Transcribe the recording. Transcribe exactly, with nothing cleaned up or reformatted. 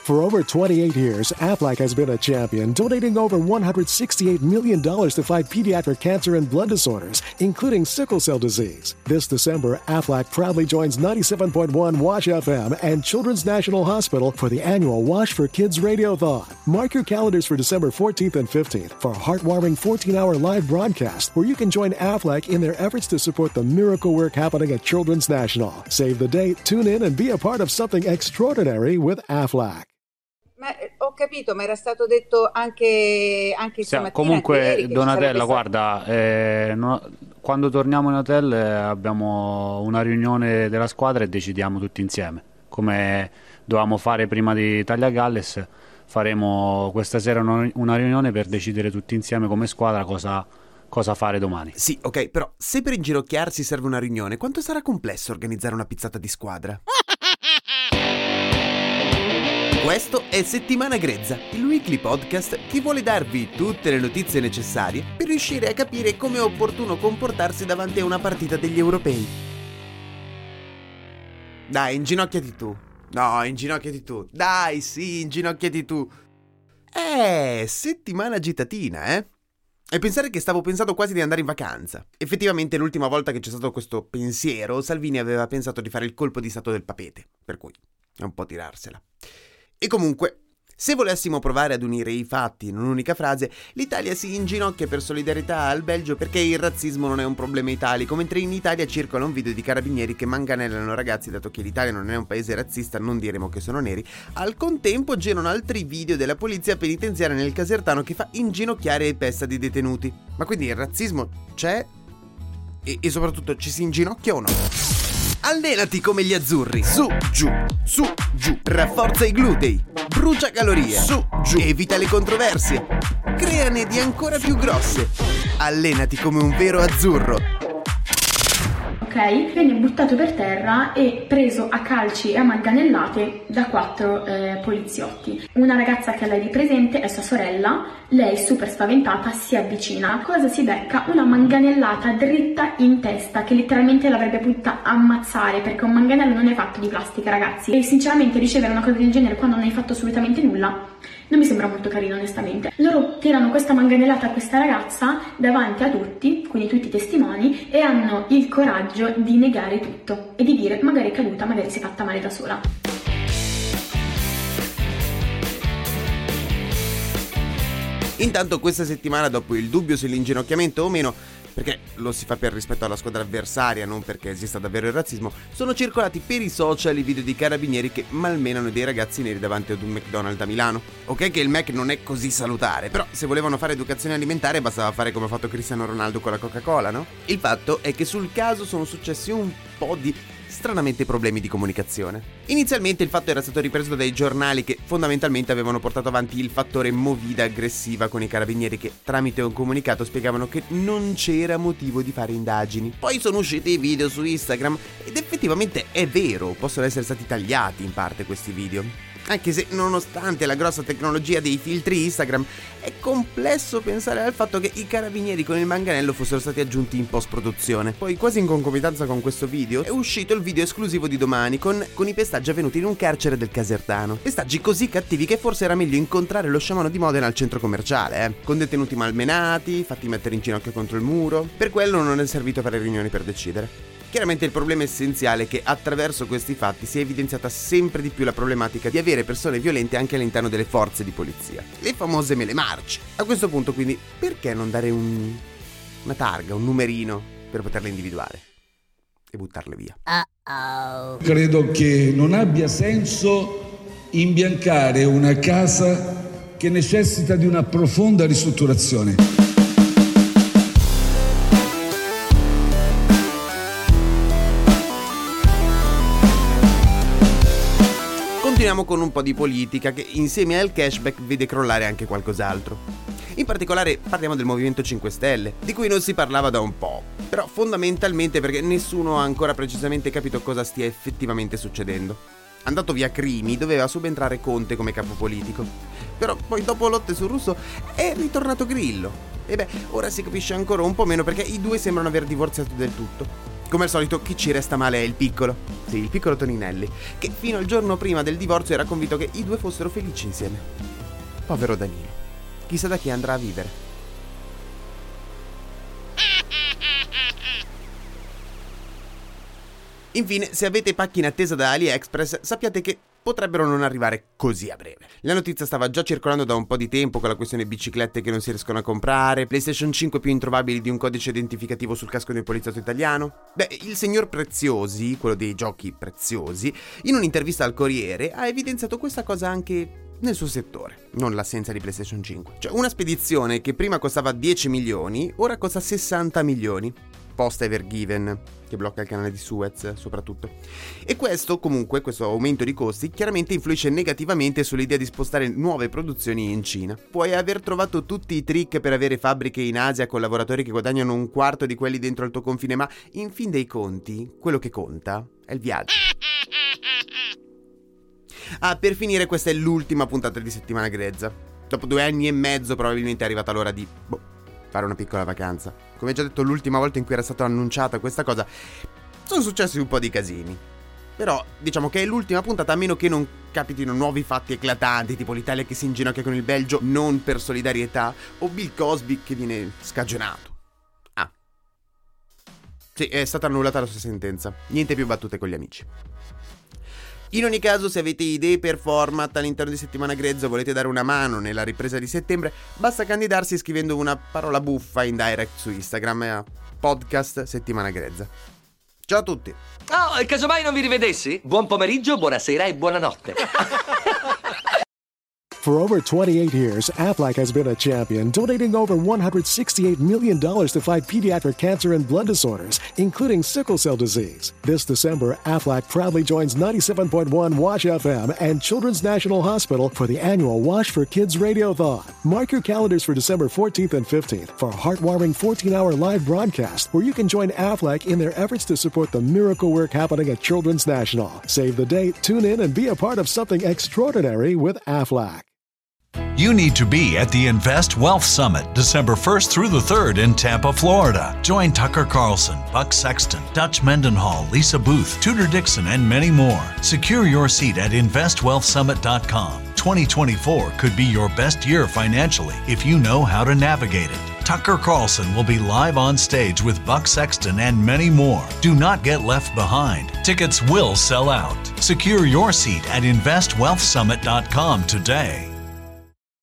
For over twenty-eight years, Aflac has been a champion, donating over one hundred sixty-eight million dollars to fight pediatric cancer and blood disorders, including sickle cell disease. This December, Aflac proudly joins ninety-seven point one Wash F M and Children's National Hospital for the annual Wash for Kids Radiothon. Mark your calendars for December fourteenth and fifteenth for a heartwarming fourteen-hour live broadcast where you can join Aflac in their efforts to support the miracle work happening at Children's National. Save the date, tune in, and be a part of something extraordinary with Aflac. Ma ho capito, ma era stato detto anche, anche Sì, stamattina. comunque, anche ieri, che Donatella, ci sarebbe guarda, eh, no- quando torniamo in hotel eh, abbiamo una riunione della squadra e decidiamo tutti insieme. Come dovevamo fare prima di Tagliagalles, faremo questa sera una, una riunione per decidere tutti insieme come squadra cosa, cosa fare domani. Sì, ok, però se per inginocchiarsi serve una riunione, quanto sarà complesso organizzare una pizzata di squadra? Questo è Settimana Grezza, il weekly podcast che vuole darvi tutte le notizie necessarie per riuscire a capire come è opportuno comportarsi davanti a una partita degli europei. Dai, inginocchiati tu. No, inginocchiati tu. Dai, sì, inginocchiati tu. Eh, settimana agitatina, eh? E pensare che stavo pensando quasi di andare in vacanza. Effettivamente l'ultima volta che c'è stato questo pensiero, Salvini aveva pensato di fare il colpo di stato del papete, per cui è un po' tirarsela. E comunque, se volessimo provare ad unire i fatti in un'unica frase, l'Italia si inginocchia per solidarietà al Belgio perché il razzismo non è un problema italico, mentre in Italia circola un video di carabinieri che manganellano ragazzi. Dato che l'Italia non è un paese razzista, non diremo che sono neri. Al contempo girano altri video della polizia penitenziaria nel Casertano che fa inginocchiare e pesta di detenuti. Ma quindi il razzismo c'è? E, e soprattutto ci si inginocchia o no? Allenati come gli azzurri. Su, giù, su, giù. Rafforza i glutei. Brucia calorie. Su, giù. Evita le controversie. Creane di ancora più grosse. Allenati come un vero azzurro. Ok, viene buttato per terra e preso a calci e a manganellate da quattro eh, poliziotti. Una ragazza che ha lei di presente è sua sorella, lei super spaventata si avvicina. Cosa si becca? Una manganellata dritta in testa che letteralmente l'avrebbe potuta ammazzare, perché un manganello non è fatto di plastica, ragazzi. E sinceramente ricevere una cosa del genere quando non hai fatto assolutamente nulla non mi sembra molto carino, onestamente. Loro tirano questa manganellata a questa ragazza davanti a tutti, quindi tutti i testimoni, e hanno il coraggio di negare tutto e di dire magari è caduta, magari si è fatta male da sola. Intanto questa settimana, dopo il dubbio se l'inginocchiamento o meno, perché lo si fa per rispetto alla squadra avversaria, non perché esista davvero il razzismo, sono circolati per i social i video di carabinieri che malmenano dei ragazzi neri davanti ad un McDonald's a Milano. Ok che il Mac non è così salutare, però se volevano fare educazione alimentare bastava fare come ha fatto Cristiano Ronaldo con la Coca-Cola, no? Il fatto è che sul caso sono successi un po' di stranamente problemi di comunicazione. Inizialmente il fatto era stato ripreso dai giornali che fondamentalmente avevano portato avanti il fattore movida aggressiva con i carabinieri che tramite un comunicato spiegavano che non c'era motivo di fare indagini. Poi sono usciti i video su Instagram ed effettivamente è vero, possono essere stati tagliati in parte questi video. Anche se, nonostante la grossa tecnologia dei filtri Instagram, è complesso pensare al fatto che i carabinieri con il manganello fossero stati aggiunti in post-produzione. Poi, quasi in concomitanza con questo video, è uscito il video esclusivo di domani con, con i pestaggi avvenuti in un carcere del Casertano. Pestaggi così cattivi che forse era meglio incontrare lo sciamano di Modena al centro commerciale, eh? Con detenuti malmenati, fatti mettere in ginocchio contro il muro. Per quello non è servito fare riunioni per decidere. Chiaramente il problema essenziale è che attraverso questi fatti si è evidenziata sempre di più la problematica di avere persone violente anche all'interno delle forze di polizia. Le famose mele marce. A questo punto quindi perché non dare un... una targa, un numerino per poterle individuare e buttarle via? Uh-oh. Credo che non abbia senso imbiancare una casa che necessita di una profonda ristrutturazione. Continuiamo con un po' di politica che insieme al cashback vede crollare anche qualcos'altro. In particolare parliamo del Movimento cinque Stelle, di cui non si parlava da un po', però fondamentalmente perché nessuno ha ancora precisamente capito cosa stia effettivamente succedendo. Andato via Crimi doveva subentrare Conte come capo politico, però poi dopo lotte sul russo è ritornato Grillo. E beh, ora si capisce ancora un po' meno perché i due sembrano aver divorziato del tutto. Come al solito chi ci resta male è il piccolo, sì, il piccolo Toninelli, che fino al giorno prima del divorzio era convinto che i due fossero felici insieme. Povero Danilo, chissà da chi andrà a vivere. Infine, se avete pacchi in attesa da AliExpress, sappiate che potrebbero non arrivare così a breve. La notizia stava già circolando da un po' di tempo con la questione biciclette che non si riescono a comprare, PlayStation cinque più introvabili di un codice identificativo sul casco del poliziotto italiano. Beh, il signor Preziosi, quello dei giochi preziosi, in un'intervista al Corriere ha evidenziato questa cosa anche nel suo settore, non l'assenza di PlayStation cinque. Cioè, una spedizione che prima costava dieci milioni, ora costa sessanta milioni. Posta Evergiven, che blocca il canale di Suez soprattutto. E questo, comunque, questo aumento di costi, chiaramente influisce negativamente sull'idea di spostare nuove produzioni in Cina. Puoi aver trovato tutti i trick per avere fabbriche in Asia con lavoratori che guadagnano un quarto di quelli dentro il tuo confine, ma in fin dei conti, quello che conta è il viaggio. Ah, per finire, questa è l'ultima puntata di Settimana Grezza. Dopo due anni e mezzo probabilmente è arrivata l'ora di... boh, fare una piccola vacanza. Come già detto l'ultima volta in cui era stata annunciata questa cosa, sono successi un po' di casini. Però diciamo che è l'ultima puntata, a meno che non capitino nuovi fatti eclatanti, tipo l'Italia che si inginocchia con il Belgio non per solidarietà, o Bill Cosby che viene scagionato. Ah, sì, è stata annullata la sua sentenza. Niente più battute con gli amici. In ogni caso, se avete idee per format all'interno di Settimana Grezza o volete dare una mano nella ripresa di settembre, basta candidarsi scrivendo una parola buffa in direct su Instagram a podcast Settimana Grezza. Ciao a tutti! Oh, e casomai non vi rivedessi? Buon pomeriggio, buonasera e buonanotte. For over twenty-eight years, Aflac has been a champion, donating over one hundred sixty-eight million dollars to fight pediatric cancer and blood disorders, including sickle cell disease. This December, Aflac proudly joins ninety-seven point one Wash F M and Children's National Hospital for the annual Wash for Kids Radiothon. Mark your calendars for December fourteenth and fifteenth for a heartwarming fourteen-hour live broadcast where you can join Aflac in their efforts to support the miracle work happening at Children's National. Save the date, tune in, and be a part of something extraordinary with Aflac. You need to be at the Invest Wealth Summit December first through the third in Tampa, Florida. Join Tucker Carlson, Buck Sexton, Dutch Mendenhall, Lisa Booth, Tudor Dixon, and many more. Secure your seat at invest wealth summit dot com. twenty twenty-four could be your best year financially if you know how to navigate it. Tucker Carlson will be live on stage with Buck Sexton and many more. Do not get left behind. Tickets will sell out. Secure your seat at invest wealth summit dot com today.